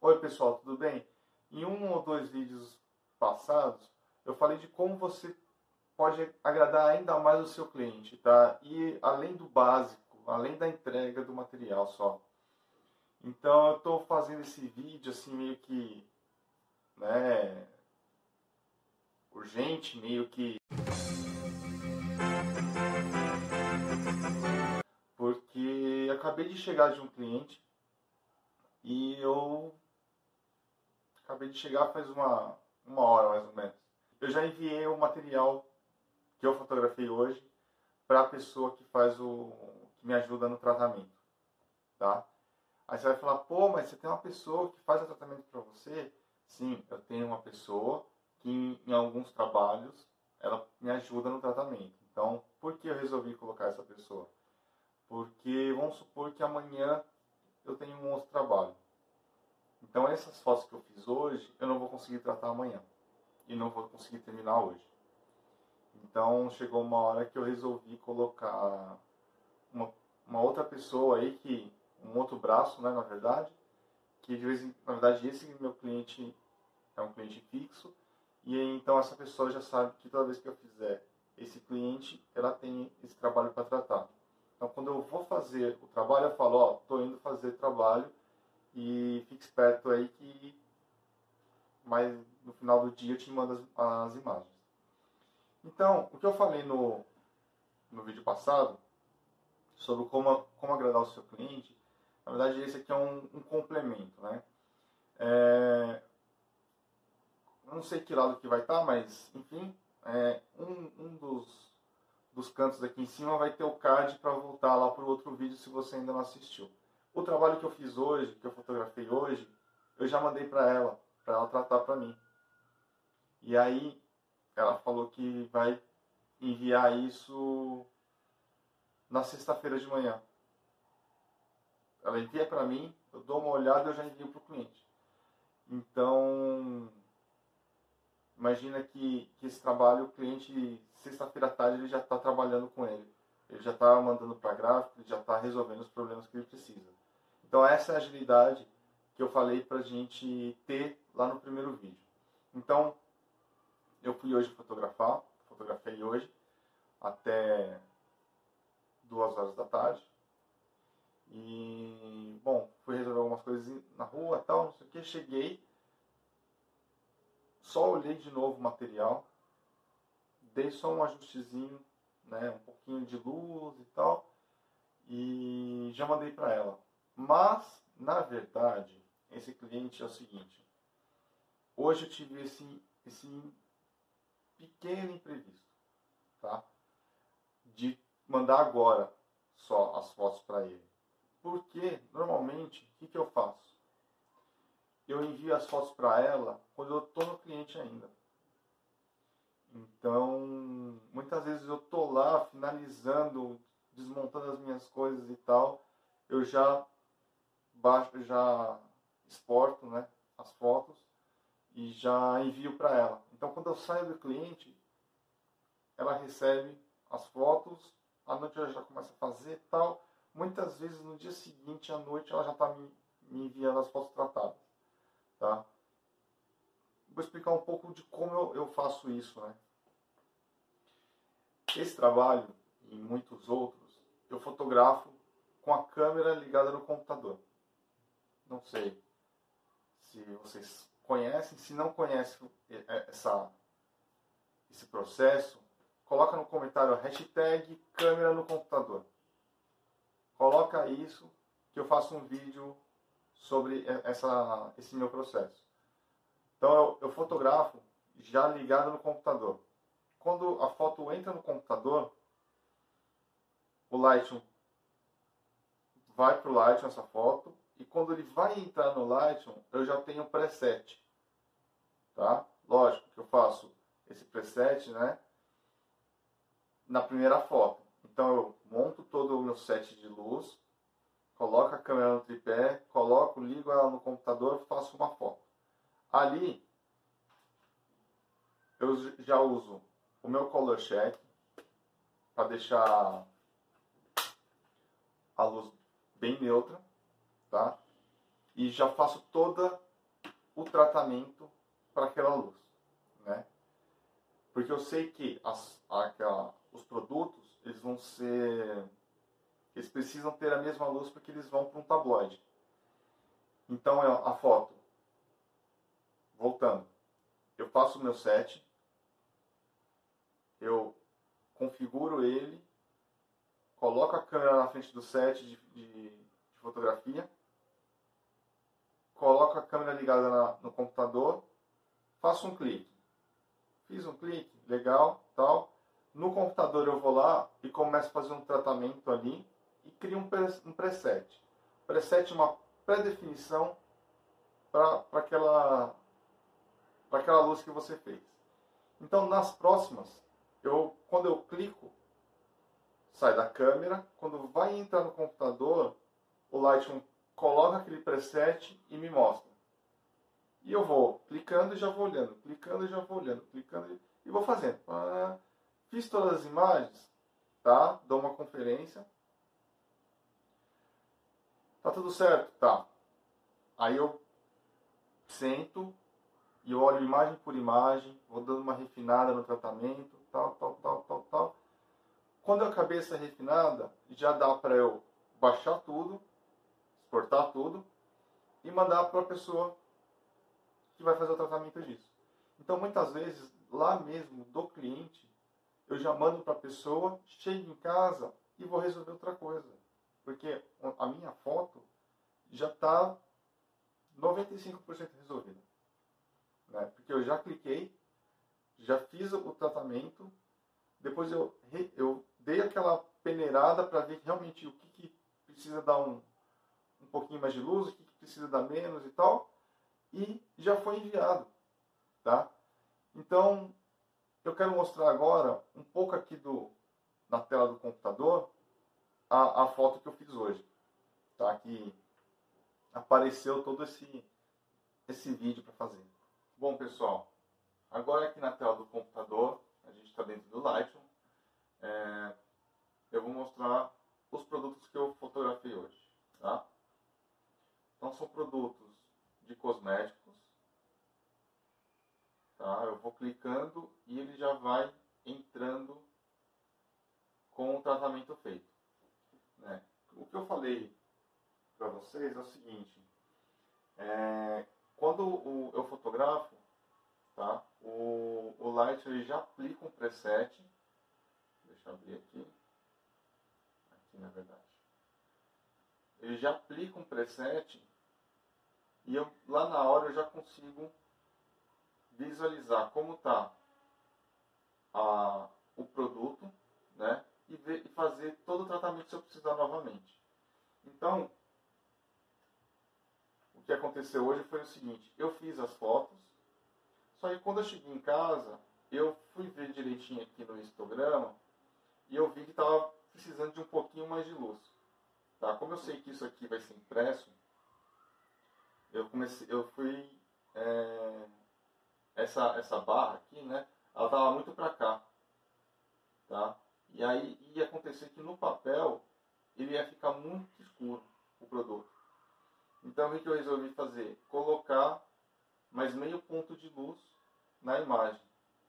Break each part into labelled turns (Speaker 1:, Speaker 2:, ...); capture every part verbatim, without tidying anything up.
Speaker 1: Oi pessoal, tudo bem? Em um ou dois vídeos passados, eu falei de como você pode agradar ainda mais o seu cliente, tá? E além do básico, além da entrega do material só. Então eu estou fazendo esse vídeo assim meio que, né, urgente, meio que porque acabei de chegar de um cliente e eu acabei de chegar faz uma, uma hora mais ou menos. Eu já enviei o material que eu fotografei hoje para a pessoa que faz o que me ajuda no tratamento, tá? Aí você vai falar, pô, mas você tem uma pessoa que faz o tratamento para você? Sim, eu tenho uma pessoa que em, em alguns trabalhos ela me ajuda no tratamento. Então, por que eu resolvi colocar essa pessoa? Porque vamos supor que amanhã eu tenho um outro trabalho. Então essas fotos que eu fiz hoje, eu não vou conseguir tratar amanhã. E não vou conseguir terminar hoje. Então chegou uma hora que eu resolvi colocar uma, uma outra pessoa aí, que um outro braço, né, na verdade, que de vez em, na verdade esse meu cliente é um cliente fixo, e então essa pessoa já sabe que toda vez que eu fizer esse cliente, ela tem esse trabalho para tratar. Então quando eu vou fazer o trabalho, eu falo, ó, tô indo fazer trabalho e fique esperto aí que mas no final do dia eu te mando as, as imagens. Então, o que eu falei no, no vídeo passado sobre como, como agradar o seu cliente, na verdade esse aqui é um, um complemento, né? É, não sei que lado que vai estar, mas enfim, é, um, um dos, dos cantos aqui em cima vai ter o card para voltar lá para o outro vídeo se você ainda não assistiu. O trabalho que eu fiz hoje, que eu fotografei hoje, eu já mandei para ela, para ela tratar para mim. E aí ela falou que vai enviar isso na sexta-feira de manhã. Ela envia para mim, eu dou uma olhada e eu já envio para o cliente. Então, imagina que, que esse trabalho, o cliente, sexta-feira à tarde, ele já está trabalhando com ele. Ele já está mandando para a gráfica, ele já está resolvendo os problemas que ele precisa. Então, essa é a agilidade que eu falei para a gente ter lá no primeiro vídeo. Então, eu fui hoje fotografar, fotografei hoje até duas horas da tarde. E, bom, fui resolver algumas coisas na rua e tal, não sei o que, cheguei, só olhei de novo o material, dei só um ajustezinho, né, um pouquinho de luz e tal, e já mandei para ela. Mas, na verdade, esse cliente é o seguinte, hoje eu tive esse, esse pequeno imprevisto, tá? De mandar agora só as fotos para ele. Porque, normalmente, o que, que eu faço? Eu envio as fotos para ela quando eu estou no cliente ainda. Então, muitas vezes eu estou lá finalizando, desmontando as minhas coisas e tal, eu já baixo, já exporto, né, as fotos e já envio para ela. Então, quando eu saio do cliente, ela recebe as fotos, à noite ela já começa a fazer e tal. Muitas vezes no dia seguinte, à noite, ela já está me, me enviando as fotos tratadas. Tá? Vou explicar um pouco de como eu, eu faço isso, né? Esse trabalho e muitos outros, eu fotografo com a câmera ligada no computador. Não sei se vocês conhecem. Se não conhecem essa, esse processo, coloca no comentário a hashtag câmera no computador. Coloca isso que eu faço um vídeo sobre essa, esse meu processo. Então eu, eu fotografo já ligado no computador. Quando a foto entra no computador, o Lightroom vai para o Lightroom essa foto, e quando ele vai entrar no Lightroom, eu já tenho um preset. Tá? Lógico que eu faço esse preset, né, na primeira foto. Então eu monto todo o meu set de luz, coloco a câmera no tripé, coloco, ligo ela no computador, faço uma foto. Ali eu já uso o meu color check para deixar a luz bem neutra, tá? E já faço toda o tratamento para aquela luz, né? Porque eu sei que as, aquela, os produtos, eles vão ser... Eles precisam ter a mesma luz porque eles vão para um tabloide. Então, a foto, voltando, eu faço o meu set, eu configuro ele, coloco a câmera na frente do set de, de, de fotografia, coloco a câmera ligada na, no computador, faço um clique. Fiz um clique, legal, tal. No computador eu vou lá e começo a fazer um tratamento ali e crio um, um preset. Preset é uma pré-definição para aquela, para aquela luz que você fez. Então, nas próximas, eu, quando eu clico, sai da câmera. Quando vai entrar no computador, o Lightroom coloca aquele preset e me mostra. E eu vou clicando e já vou olhando, clicando e já vou olhando, clicando e vou fazendo. Ah, fiz todas as imagens, tá? Dou uma conferência. Tá tudo certo? Tá. Aí eu sento e eu olho imagem por imagem, vou dando uma refinada no tratamento, tal, tal, tal, tal, tal. Quando eu acabei essa refinada, já dá para eu baixar tudo, exportar tudo e mandar para a pessoa que vai fazer o tratamento disso. Então, muitas vezes, lá mesmo do cliente, eu já mando para a pessoa, chego em casa e vou resolver outra coisa. Porque a minha foto já está noventa e cinco por cento resolvida. Né? Porque eu já cliquei, já fiz o tratamento, depois eu, eu dei aquela peneirada para ver realmente o que, que precisa dar um, um pouquinho mais de luz, o que, que precisa dar menos e tal, e já foi enviado. Tá? Então, eu quero mostrar agora um pouco aqui do, na tela do computador a, a foto que eu fiz hoje. Tá? Que apareceu todo esse, esse vídeo para fazer. Bom, pessoal, agora aqui na tela do computador, a gente está dentro do Lightroom, é, eu vou mostrar os produtos que eu fotografei hoje. Tá? Então, são produtos de cosméticos. Tá? Eu vou clicando e ele já vai entrando com o tratamento feito. Né? O que eu falei para vocês é o seguinte, é, quando o, eu fotografo, tá? o, o Lightroom ele já aplica um preset, deixa eu abrir aqui, aqui na verdade, ele já aplica um preset e eu, lá na hora eu já consigo visualizar como está o produto, né? E, ver, e fazer todo o tratamento se eu precisar novamente. Então, o que aconteceu hoje foi o seguinte, eu fiz as fotos, só que quando eu cheguei em casa, eu fui ver direitinho aqui no histograma e eu vi que estava precisando de um pouquinho mais de luz. Tá? Como eu sei que isso aqui vai ser impresso, eu, comecei, eu fui... É, essa, essa barra aqui, né? Ela estava muito para cá. Tá? E aí ia acontecer que no papel ele ia ficar muito escuro, o produto. Então o que eu resolvi fazer? Colocar mais meio ponto de luz na imagem.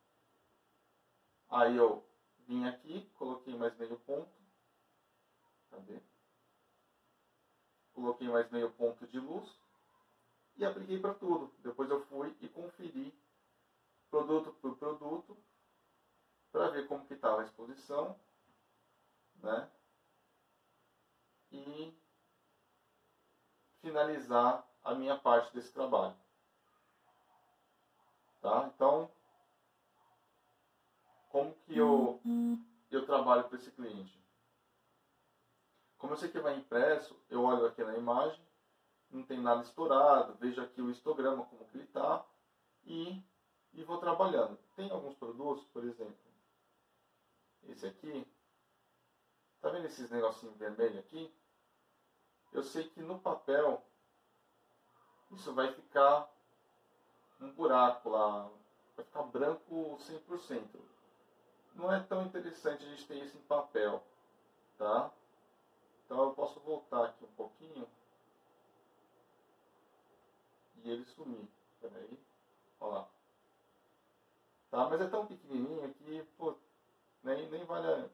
Speaker 1: Aí eu vim aqui, coloquei mais meio ponto. Cadê? Coloquei mais meio ponto de luz e apliquei para tudo. Depois eu fui e conferi produto por produto para ver como que estava a exposição, né? E finalizar a minha parte desse trabalho. Tá? Então, como que eu, eu trabalho para esse cliente? Como eu sei que vai impresso, eu olho aqui na imagem, não tem nada estourado, vejo aqui o histograma, como que ele está, e, e vou trabalhando. Tem alguns produtos, por exemplo, esse aqui, tá vendo esses negocinhos vermelhos aqui? Eu sei que no papel, isso vai ficar um buraco lá, vai ficar branco cem por cento. Não é tão interessante a gente ter isso em papel, tá? Então eu posso voltar aqui um pouquinho e ele sumir. Peraí. Olha lá. Tá? Mas é tão pequenininho que, pô, nem, nem vale a...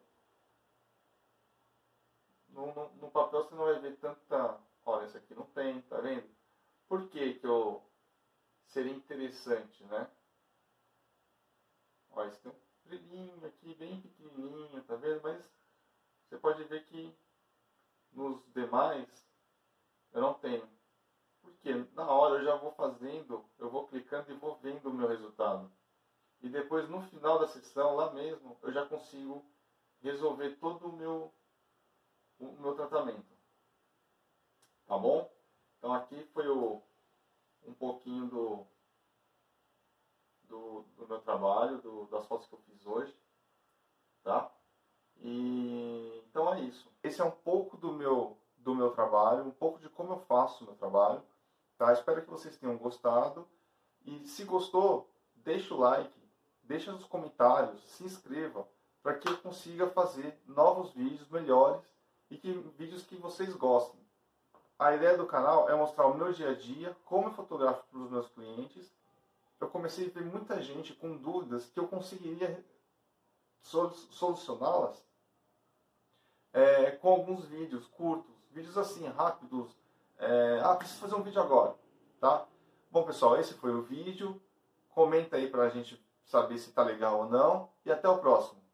Speaker 1: No, no, no papel você não vai ver tanta... Olha, esse aqui não tem, tá vendo? Por que que eu... Seria interessante, né? Olha, esse tem um brilhinho aqui, bem pequenininho, tá vendo? Mas você pode ver que nos demais eu não tenho. Porque na hora eu já vou fazendo, eu vou clicando e vou vendo o meu resultado. E depois no final da sessão, lá mesmo, eu já consigo resolver todo o meu, o meu tratamento. Tá bom? Então aqui foi o, um pouquinho do, do, do meu trabalho, do, das fotos que eu fiz hoje. Tá? E, então é isso. Esse é um pouco do meu, do meu trabalho, um pouco de como eu faço o meu trabalho. Tá? Espero que vocês tenham gostado. E se gostou, deixa o like, deixa nos comentários, se inscreva, para que eu consiga fazer novos vídeos melhores e que, vídeos que vocês gostem. A ideia do canal é mostrar o meu dia a dia, como eu fotografo para os meus clientes. Eu comecei a ver muita gente com dúvidas que eu conseguiria solucioná-las é, com alguns vídeos curtos, vídeos assim, rápidos. É, ah, preciso fazer um vídeo agora, tá? Bom, pessoal, esse foi o vídeo. Comenta aí pra gente saber se tá legal ou não. E até o próximo.